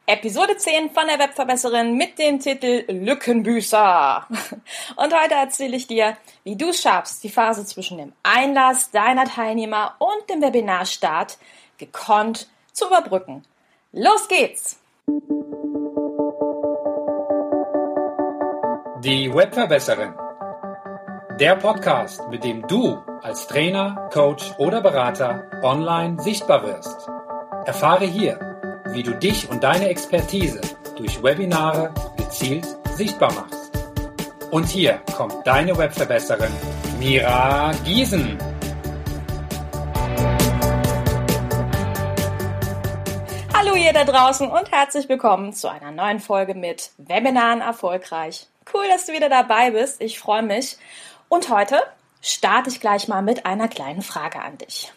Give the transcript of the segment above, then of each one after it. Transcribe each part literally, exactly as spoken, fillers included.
Episode zehn von der Webverbesserin mit dem Titel Lückenbüßer. Und heute erzähle ich dir, wie du es schaffst, die Phase zwischen dem Einlass deiner Teilnehmer und dem Webinarstart gekonnt zu überbrücken. Los geht's! Die Webverbesserin. Der Podcast, mit dem du als Trainer, Coach oder Berater online sichtbar wirst. Erfahre hier, wie du dich und deine Expertise durch Webinare gezielt sichtbar machst. Und hier kommt deine Webverbesserin Mira Giesen. Hallo ihr da draußen und herzlich willkommen zu einer neuen Folge mit Webinaren erfolgreich. Cool, dass du wieder dabei bist. Ich freue mich. Und heute starte ich gleich mal mit einer kleinen Frage an dich.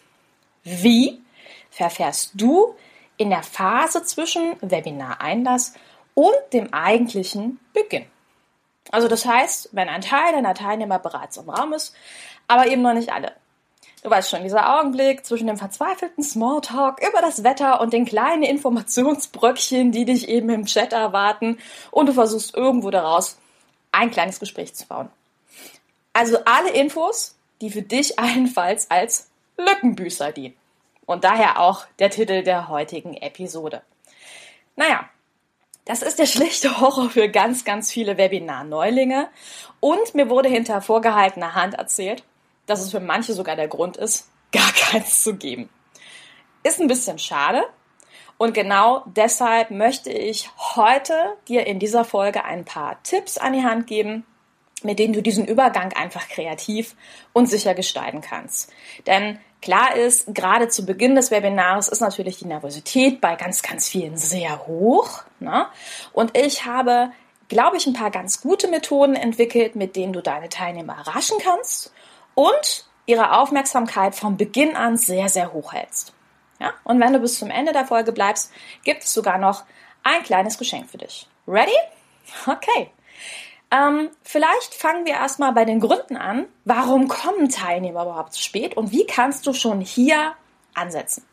Wie verfährst du in der Phase zwischen Webinareinlass und dem eigentlichen Beginn? Also das heißt, wenn ein Teil deiner Teilnehmer bereits im Raum ist, aber eben noch nicht alle. Du weißt schon, dieser Augenblick zwischen dem verzweifelten Smalltalk über das Wetter und den kleinen Informationsbröckchen, die dich eben im Chat erwarten, und du versuchst irgendwo daraus ein kleines Gespräch zu bauen. Also alle Infos, die für dich allenfalls als Lückenbüßer dienen. Und daher auch der Titel der heutigen Episode. Naja, das ist der schlichte Horror für ganz, ganz viele Webinar-Neulinge. Und mir wurde hinter vorgehaltener Hand erzählt, dass es für manche sogar der Grund ist, gar keins zu geben. Ist ein bisschen schade. Und genau deshalb möchte ich heute dir in dieser Folge ein paar Tipps an die Hand geben, mit denen du diesen Übergang einfach kreativ und sicher gestalten kannst. Denn klar ist, gerade zu Beginn des Webinars ist natürlich die Nervosität bei ganz, ganz vielen sehr hoch, ne? Und ich habe, glaube ich, ein paar ganz gute Methoden entwickelt, mit denen du deine Teilnehmer überraschen kannst und ihre Aufmerksamkeit von Beginn an sehr, sehr hoch hältst. Ja? Und wenn du bis zum Ende der Folge bleibst, gibt es sogar noch ein kleines Geschenk für dich. Ready? Okay. Ähm, vielleicht fangen wir erstmal bei den Gründen an. Warum kommen Teilnehmer überhaupt zu spät und wie kannst du schon hier ansetzen?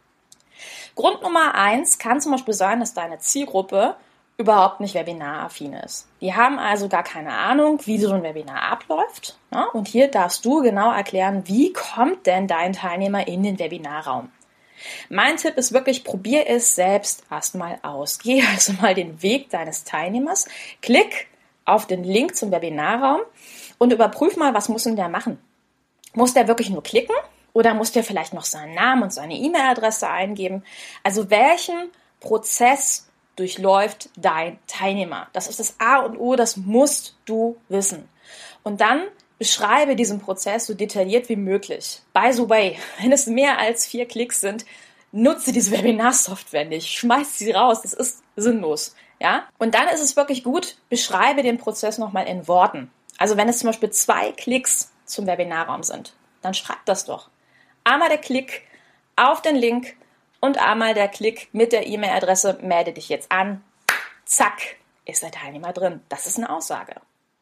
Grund Nummer eins kann zum Beispiel sein, dass deine Zielgruppe überhaupt nicht webinaraffin ist. Die haben also gar keine Ahnung, wie so ein Webinar abläuft. Ja? Und hier darfst du genau erklären, wie kommt denn dein Teilnehmer in den Webinarraum? Mein Tipp ist wirklich, probier es selbst erstmal aus. Geh also mal den Weg deines Teilnehmers, klick auf den Link zum Webinarraum und überprüf mal, was muss denn der machen? Muss der wirklich nur klicken oder muss der vielleicht noch seinen Namen und seine E-Mail-Adresse eingeben? Also welchen Prozess durchläuft dein Teilnehmer? Das ist das A und O, das musst du wissen. Und dann beschreibe diesen Prozess so detailliert wie möglich. By the way, wenn es mehr als vier Klicks sind, nutze diese Webinar-Software nicht. Schmeiß sie raus, das ist sinnlos. Ja? Und dann ist es wirklich gut, beschreibe den Prozess nochmal in Worten. Also wenn es zum Beispiel zwei Klicks zum Webinarraum sind, dann schreib das doch. Einmal der Klick auf den Link und einmal der Klick mit der E-Mail-Adresse, melde dich jetzt an. Zack, ist der Teilnehmer drin. Das ist eine Aussage.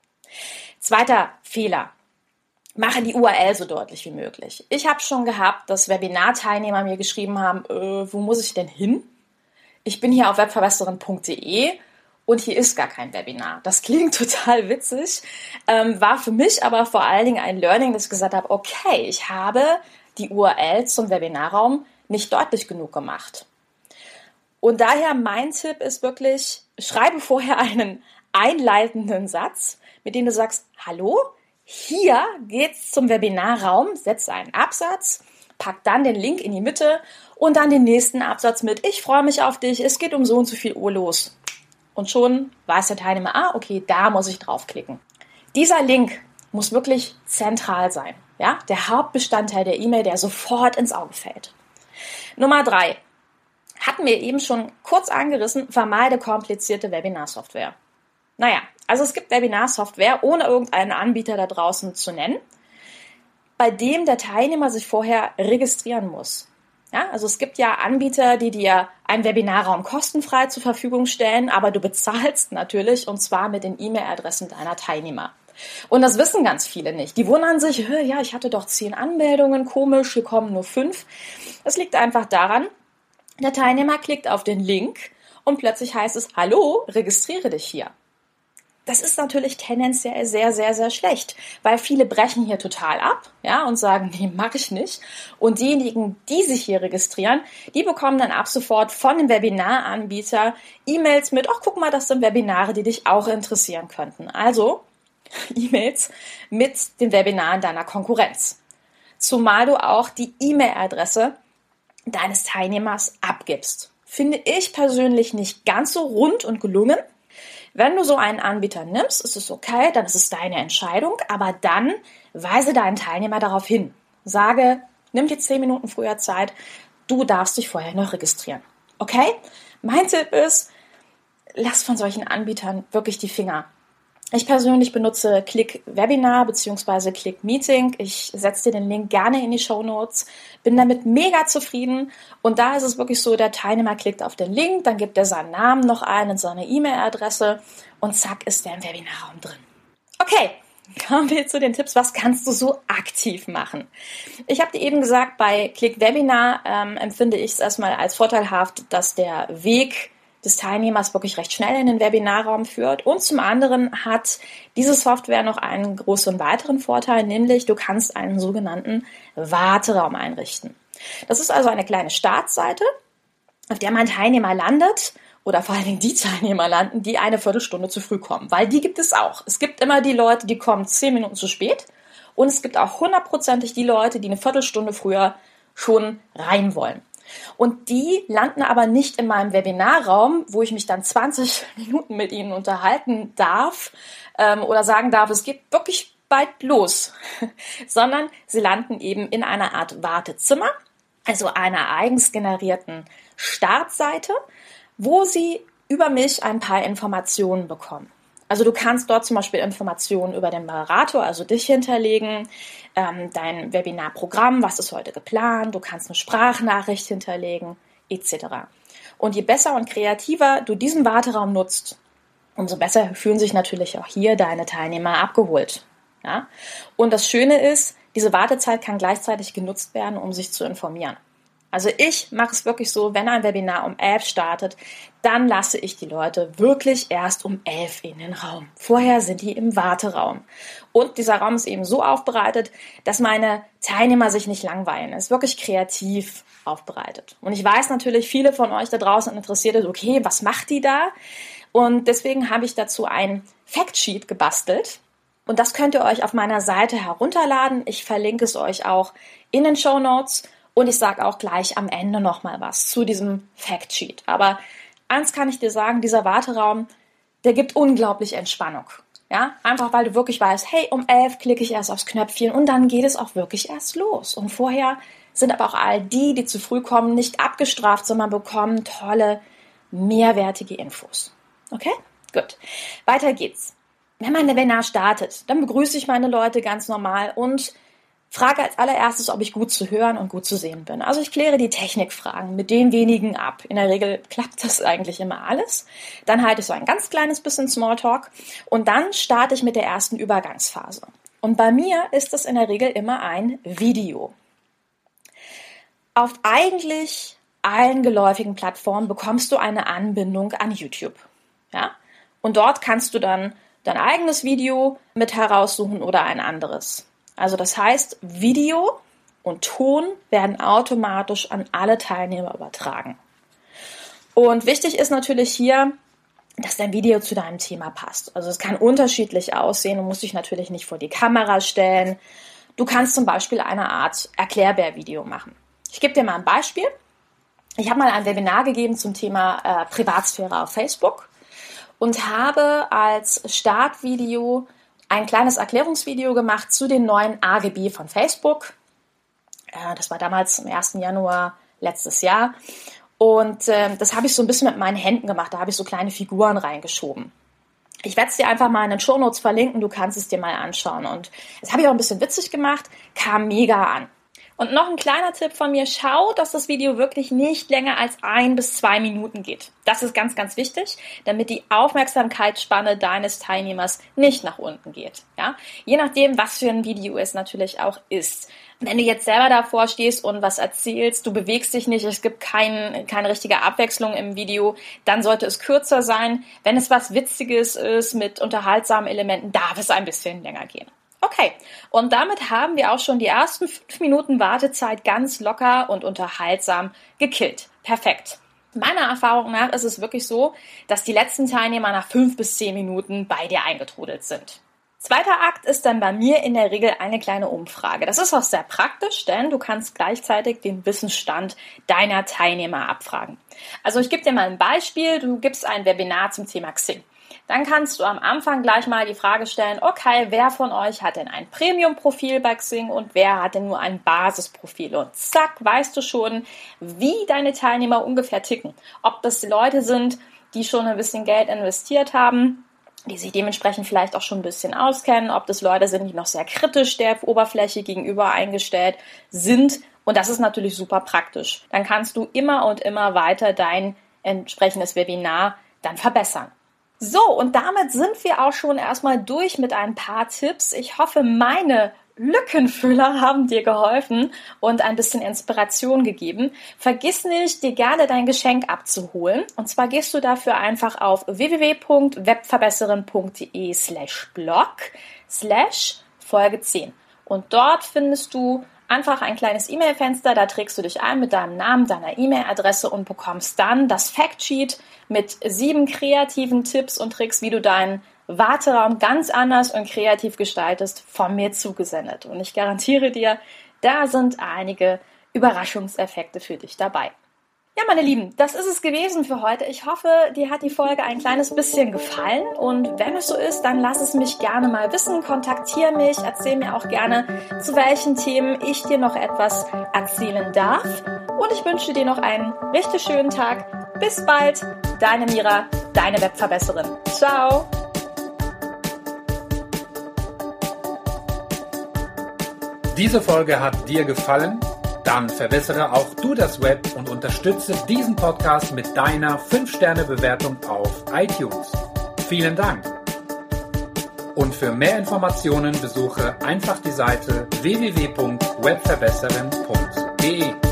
Zweiter Fehler. Mache die U R L so deutlich wie möglich. Ich habe schon gehabt, dass Webinar-Teilnehmer mir geschrieben haben, äh, wo muss ich denn hin? Ich bin hier auf webverbesserin punkt de und hier ist gar kein Webinar. Das klingt total witzig, ähm, war für mich aber vor allen Dingen ein Learning, dass ich gesagt habe, okay, ich habe die U R L zum Webinarraum nicht deutlich genug gemacht. Und daher mein Tipp ist wirklich, schreibe vorher einen einleitenden Satz, mit dem du sagst, hallo, hier geht's zum Webinarraum, setze einen Absatz, pack dann den Link in die Mitte und dann den nächsten Absatz mit, ich freue mich auf dich, es geht um so und so viel Uhr los. Und schon weiß der Teilnehmer, ah, okay, da muss ich draufklicken. Dieser Link muss wirklich zentral sein, ja, der Hauptbestandteil der E-Mail, der sofort ins Auge fällt. Nummer drei, hatten wir eben schon kurz angerissen, vermeide komplizierte Webinar-Software. Naja, also es gibt Webinar-Software, ohne irgendeinen Anbieter da draußen zu nennen, bei dem der Teilnehmer sich vorher registrieren muss. Ja, also es gibt ja Anbieter, die dir einen Webinarraum kostenfrei zur Verfügung stellen, aber du bezahlst natürlich und zwar mit den E-Mail-Adressen deiner Teilnehmer. Und das wissen ganz viele nicht. Die wundern sich, ja, ich hatte doch zehn Anmeldungen, komisch, hier kommen nur fünf. Das liegt einfach daran, der Teilnehmer klickt auf den Link und plötzlich heißt es, hallo, registriere dich hier. Das ist natürlich tendenziell sehr, sehr, sehr schlecht, weil viele brechen hier total ab, ja, und sagen, nee, mache ich nicht. Und diejenigen, die sich hier registrieren, die bekommen dann ab sofort von dem Webinaranbieter E-Mails mit, ach, guck mal, das sind Webinare, die dich auch interessieren könnten. Also E-Mails mit den Webinaren deiner Konkurrenz. Zumal du auch die E-Mail-Adresse deines Teilnehmers abgibst. Finde ich persönlich nicht ganz so rund und gelungen. Wenn du so einen Anbieter nimmst, ist es okay, dann ist es deine Entscheidung, aber dann weise deinen Teilnehmer darauf hin. Sage, nimm dir zehn Minuten früher Zeit, du darfst dich vorher noch registrieren. Okay? Mein Tipp ist, lass von solchen Anbietern wirklich die Finger. Ich persönlich benutze Click Webinar bzw. Click Meeting. Ich setze dir den Link gerne in die Shownotes. Bin damit mega zufrieden. Und da ist es wirklich so, der Teilnehmer klickt auf den Link, dann gibt er seinen Namen noch ein und seine E-Mail-Adresse und zack ist der im Webinarraum drin. Okay, kommen wir zu den Tipps. Was kannst du so aktiv machen? Ich habe dir eben gesagt, bei Click Webinar ähm, empfinde ich es erstmal als vorteilhaft, dass der Weg des Teilnehmers wirklich recht schnell in den Webinarraum führt. Und zum anderen hat diese Software noch einen großen weiteren Vorteil, nämlich du kannst einen sogenannten Warteraum einrichten. Das ist also eine kleine Startseite, auf der mein Teilnehmer landet oder vor allen Dingen die Teilnehmer landen, die eine Viertelstunde zu früh kommen, weil die gibt es auch. Es gibt immer die Leute, die kommen zehn Minuten zu spät und es gibt auch hundertprozentig die Leute, die eine Viertelstunde früher schon rein wollen. Und die landen aber nicht in meinem Webinarraum, wo ich mich dann zwanzig Minuten mit ihnen unterhalten darf ähm, oder sagen darf, es geht wirklich bald los, sondern sie landen eben in einer Art Wartezimmer, also einer eigens generierten Startseite, wo sie über mich ein paar Informationen bekommen. Also du kannst dort zum Beispiel Informationen über den Moderator, also dich hinterlegen, ähm, dein Webinarprogramm, was ist heute geplant, du kannst eine Sprachnachricht hinterlegen, et cetera. Und je besser und kreativer du diesen Warteraum nutzt, umso besser fühlen sich natürlich auch hier deine Teilnehmer abgeholt. Ja? Und das Schöne ist, diese Wartezeit kann gleichzeitig genutzt werden, um sich zu informieren. Also ich mache es wirklich so, wenn ein Webinar um elf startet, dann lasse ich die Leute wirklich erst um elf in den Raum. Vorher sind die im Warteraum. Und dieser Raum ist eben so aufbereitet, dass meine Teilnehmer sich nicht langweilen. Es ist wirklich kreativ aufbereitet. Und ich weiß natürlich, viele von euch da draußen interessiert ist, okay, was macht die da? Und deswegen habe ich dazu ein Factsheet gebastelt. Und das könnt ihr euch auf meiner Seite herunterladen. Ich verlinke es euch auch in den Shownotes. Und ich sage auch gleich am Ende nochmal was zu diesem Factsheet. Aber eins kann ich dir sagen, dieser Warteraum, der gibt unglaublich Entspannung. Ja, einfach weil du wirklich weißt, hey, um elf klicke ich erst aufs Knöpfchen und dann geht es auch wirklich erst los. Und vorher sind aber auch all die, die zu früh kommen, nicht abgestraft, sondern bekommen tolle, mehrwertige Infos. Okay? Gut. Weiter geht's. Wenn mein Webinar startet, dann begrüße ich meine Leute ganz normal und frage als allererstes, ob ich gut zu hören und gut zu sehen bin. Also ich kläre die Technikfragen mit den wenigen ab. In der Regel klappt das eigentlich immer alles. Dann halte ich so ein ganz kleines bisschen Smalltalk und dann starte ich mit der ersten Übergangsphase. Und bei mir ist das in der Regel immer ein Video. Auf eigentlich allen geläufigen Plattformen bekommst du eine Anbindung an YouTube. Ja? Und dort kannst du dann dein eigenes Video mit heraussuchen oder ein anderes. Also das heißt, Video und Ton werden automatisch an alle Teilnehmer übertragen. Und wichtig ist natürlich hier, dass dein Video zu deinem Thema passt. Also es kann unterschiedlich aussehen. Du musst dich natürlich nicht vor die Kamera stellen. Du kannst zum Beispiel eine Art Erklärbär-Video machen. Ich gebe dir mal ein Beispiel. Ich habe mal ein Webinar gegeben zum Thema äh, Privatsphäre auf Facebook und habe als Startvideo ein kleines Erklärungsvideo gemacht zu den neuen A G B von Facebook. Das war damals am ersten Januar letztes Jahr. Und äh, das habe ich so ein bisschen mit meinen Händen gemacht. Da habe ich so kleine Figuren reingeschoben. Ich werde es dir einfach mal in den Shownotes verlinken. Du kannst es dir mal anschauen. Und das habe ich auch ein bisschen witzig gemacht. Kam mega an. Und noch ein kleiner Tipp von mir, schau, dass das Video wirklich nicht länger als ein bis zwei Minuten geht. Das ist ganz, ganz wichtig, damit die Aufmerksamkeitsspanne deines Teilnehmers nicht nach unten geht. Ja? Je nachdem, was für ein Video es natürlich auch ist. Wenn du jetzt selber davor stehst und was erzählst, du bewegst dich nicht, es gibt kein, keine richtige Abwechslung im Video, dann sollte es kürzer sein. Wenn es was Witziges ist mit unterhaltsamen Elementen, darf es ein bisschen länger gehen. Okay, und damit haben wir auch schon die ersten fünf Minuten Wartezeit ganz locker und unterhaltsam gekillt. Perfekt. Meiner Erfahrung nach ist es wirklich so, dass die letzten Teilnehmer nach fünf bis zehn Minuten bei dir eingetrudelt sind. Zweiter Akt ist dann bei mir in der Regel eine kleine Umfrage. Das ist auch sehr praktisch, denn du kannst gleichzeitig den Wissensstand deiner Teilnehmer abfragen. Also ich gebe dir mal ein Beispiel. Du gibst ein Webinar zum Thema Xing. Dann kannst du am Anfang gleich mal die Frage stellen, okay, wer von euch hat denn ein Premium-Profil bei Xing und wer hat denn nur ein Basisprofil? Und zack, weißt du schon, wie deine Teilnehmer ungefähr ticken. Ob das Leute sind, die schon ein bisschen Geld investiert haben, die sich dementsprechend vielleicht auch schon ein bisschen auskennen, ob das Leute sind, die noch sehr kritisch der Oberfläche gegenüber eingestellt sind. Und das ist natürlich super praktisch. Dann kannst du immer und immer weiter dein entsprechendes Webinar dann verbessern. So, und damit sind wir auch schon erstmal durch mit ein paar Tipps. Ich hoffe, meine Lückenfüller haben dir geholfen und ein bisschen Inspiration gegeben. Vergiss nicht, dir gerne dein Geschenk abzuholen. Und zwar gehst du dafür einfach auf w w w punkt webverbesserin punkt d e slash blog slash Folge zehn. Und dort findest du einfach ein kleines E-Mail-Fenster, da trägst du dich ein mit deinem Namen, deiner E-Mail-Adresse und bekommst dann das Factsheet mit sieben kreativen Tipps und Tricks, wie du deinen Warteraum ganz anders und kreativ gestaltest, von mir zugesendet. Und ich garantiere dir, da sind einige Überraschungseffekte für dich dabei. Ja, meine Lieben, das ist es gewesen für heute. Ich hoffe, dir hat die Folge ein kleines bisschen gefallen. Und wenn es so ist, dann lass es mich gerne mal wissen. Kontaktiere mich, erzähl mir auch gerne, zu welchen Themen ich dir noch etwas erzählen darf. Und ich wünsche dir noch einen richtig schönen Tag. Bis bald, deine Mira, deine Webverbesserin. Ciao! Diese Folge hat dir gefallen? Dann verbessere auch du das Web und unterstütze diesen Podcast mit deiner fünf Sterne Bewertung auf iTunes. Vielen Dank! Und für mehr Informationen besuche einfach die Seite w w w punkt webverbesserin punkt d e.